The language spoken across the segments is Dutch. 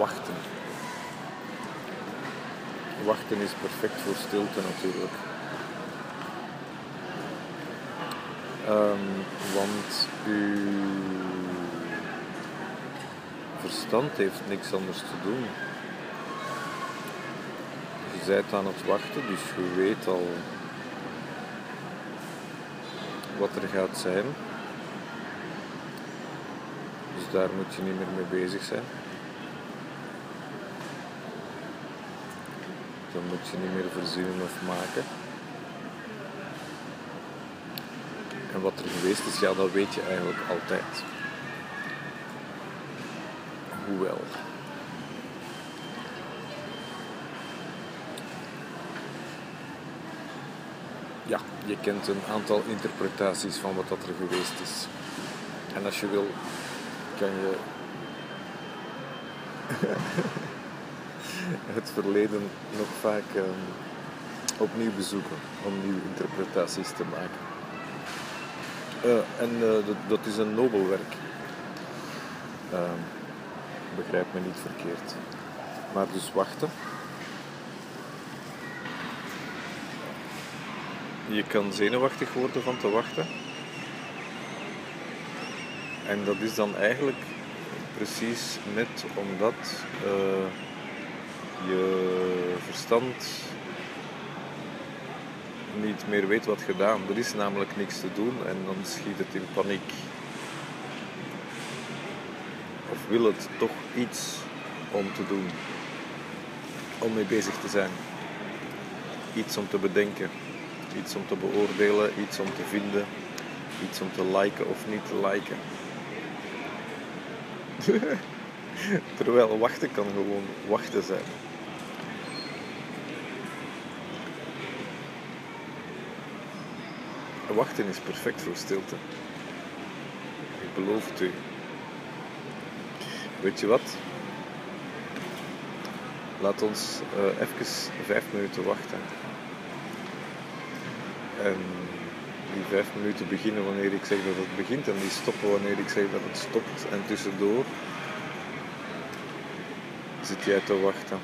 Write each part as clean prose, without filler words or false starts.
wachten. Wachten is perfect voor stilte natuurlijk. Want uw verstand heeft niks anders te doen. Je bent aan het wachten, dus je weet al wat er gaat zijn. Dus daar moet je niet meer mee bezig zijn. Dan moet je niet meer verzinnen of maken. En wat er geweest is, ja, dat weet je eigenlijk altijd. Hoewel. Ja, je kent een aantal interpretaties van wat dat er geweest is. En als je wil, kan je het verleden nog vaak opnieuw bezoeken om nieuwe interpretaties te maken. Dat is een nobel werk. Begrijp me niet verkeerd. Maar dus wachten. Je kan zenuwachtig worden van te wachten. En dat is dan eigenlijk precies net omdat je verstand niet meer weet wat gedaan. Er is namelijk niks te doen en dan schiet het in paniek. Of wil het toch iets om te doen. Om mee bezig te zijn. Iets om te bedenken. Iets om te beoordelen. Iets om te vinden. Iets om te liken of niet te liken. Terwijl wachten kan gewoon wachten zijn. Wachten is perfect voor stilte. Ik beloof het u. Weet je wat? Laat ons even 5 minuten wachten. En die 5 minuten beginnen wanneer ik zeg dat het begint. En die stoppen wanneer ik zeg dat het stopt. En tussendoor zit jij te wachten.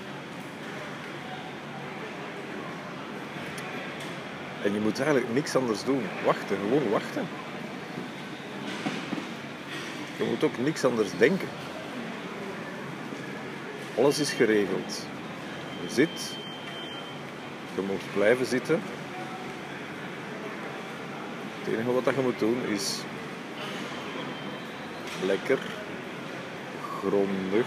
En je moet eigenlijk niks anders doen. Wachten, gewoon wachten. Je moet ook niks anders denken. Alles is geregeld. Je zit. Je moet blijven zitten. Het enige wat je moet doen is lekker, grondig,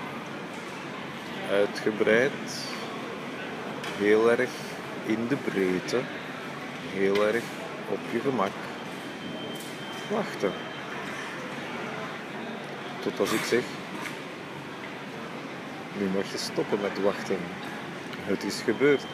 uitgebreid, heel erg in de breedte, heel erg op je gemak wachten. Tot als ik zeg, nu mag je stoppen met wachten. Het is gebeurd.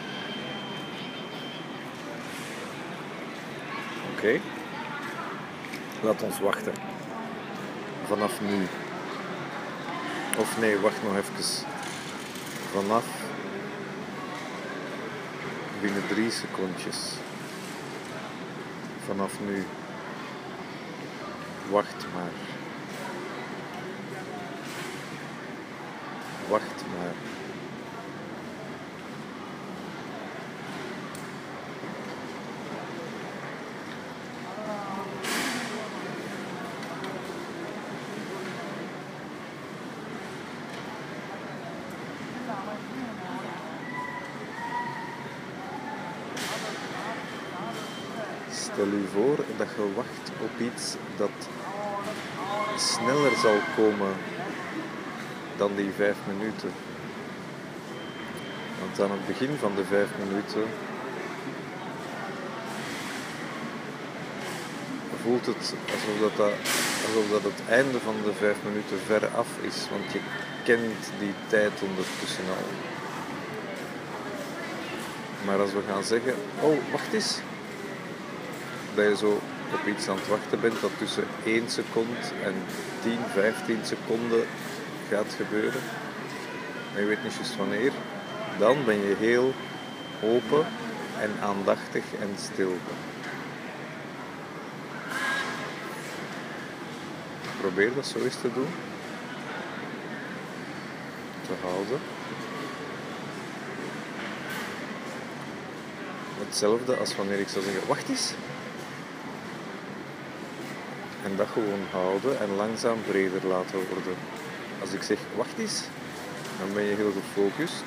Oké. Laat ons wachten. Vanaf nu. Of nee, wacht nog even. Vanaf binnen 3 secondjes. Vanaf nu. Wacht maar. Wacht maar. Stel u voor dat je wacht op iets dat sneller zal komen dan die 5 minuten. Want aan het begin van de 5 minuten voelt het alsof dat het einde van de 5 minuten ver af is, want je kent die tijd ondertussen al. Maar als we gaan zeggen, oh wacht eens, dat je zo op iets aan het wachten bent dat tussen 1 seconde en 10, 15 seconden gaat gebeuren, en je weet niet juist wanneer, dan ben je heel open en aandachtig en stil. Probeer dat zo eens te doen. te houden. Hetzelfde als wanneer ik zou zeggen, wacht eens. En dat gewoon houden en langzaam breder laten worden. Als ik zeg, wacht eens, dan ben je heel gefocust.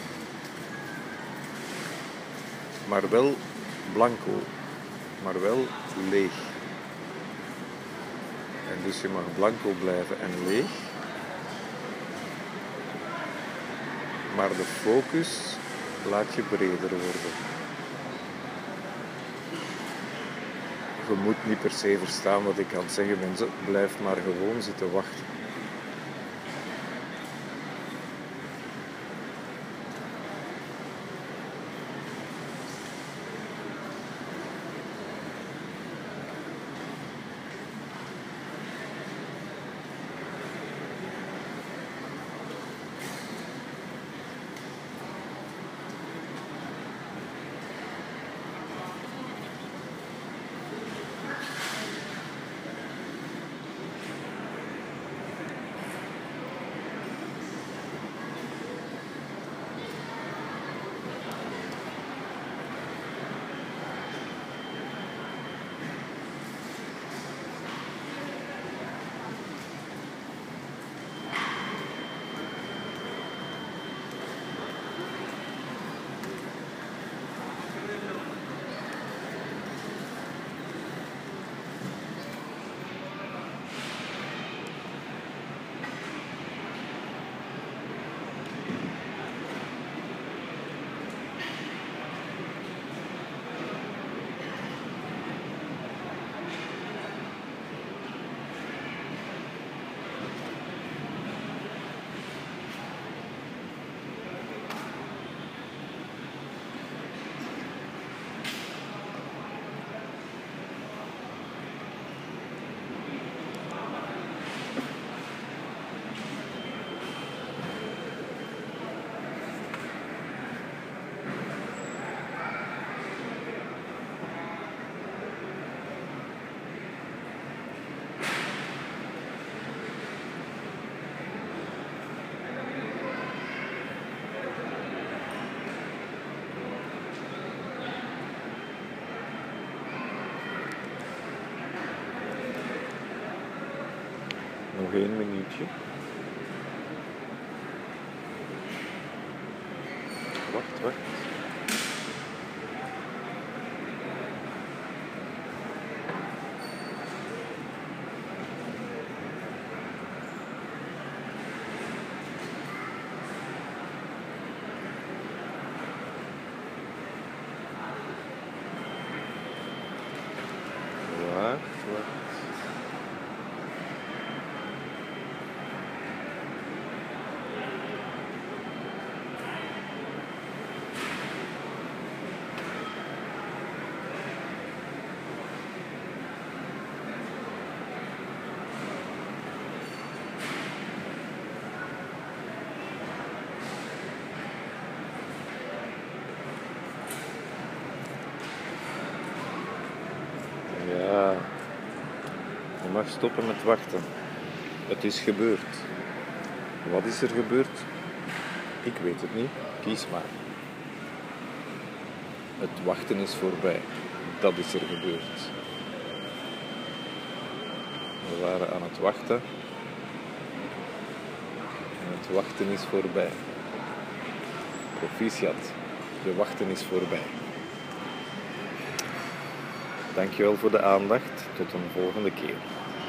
Maar wel blanco. Maar wel leeg. En dus je mag blanco blijven en leeg. Maar de focus laat je breder worden. Je moet niet per se verstaan wat ik aan het zeggen ben. Blijf maar gewoon zitten wachten. Nog 1 minuutje. Wacht. Ja, je mag stoppen met wachten. Het is gebeurd. Wat is er gebeurd? Ik weet het niet. Kies maar. Het wachten is voorbij. Dat is er gebeurd. We waren aan het wachten. En het wachten is voorbij. Proficiat. Je wachten is voorbij. Dankjewel voor de aandacht. Tot een volgende keer.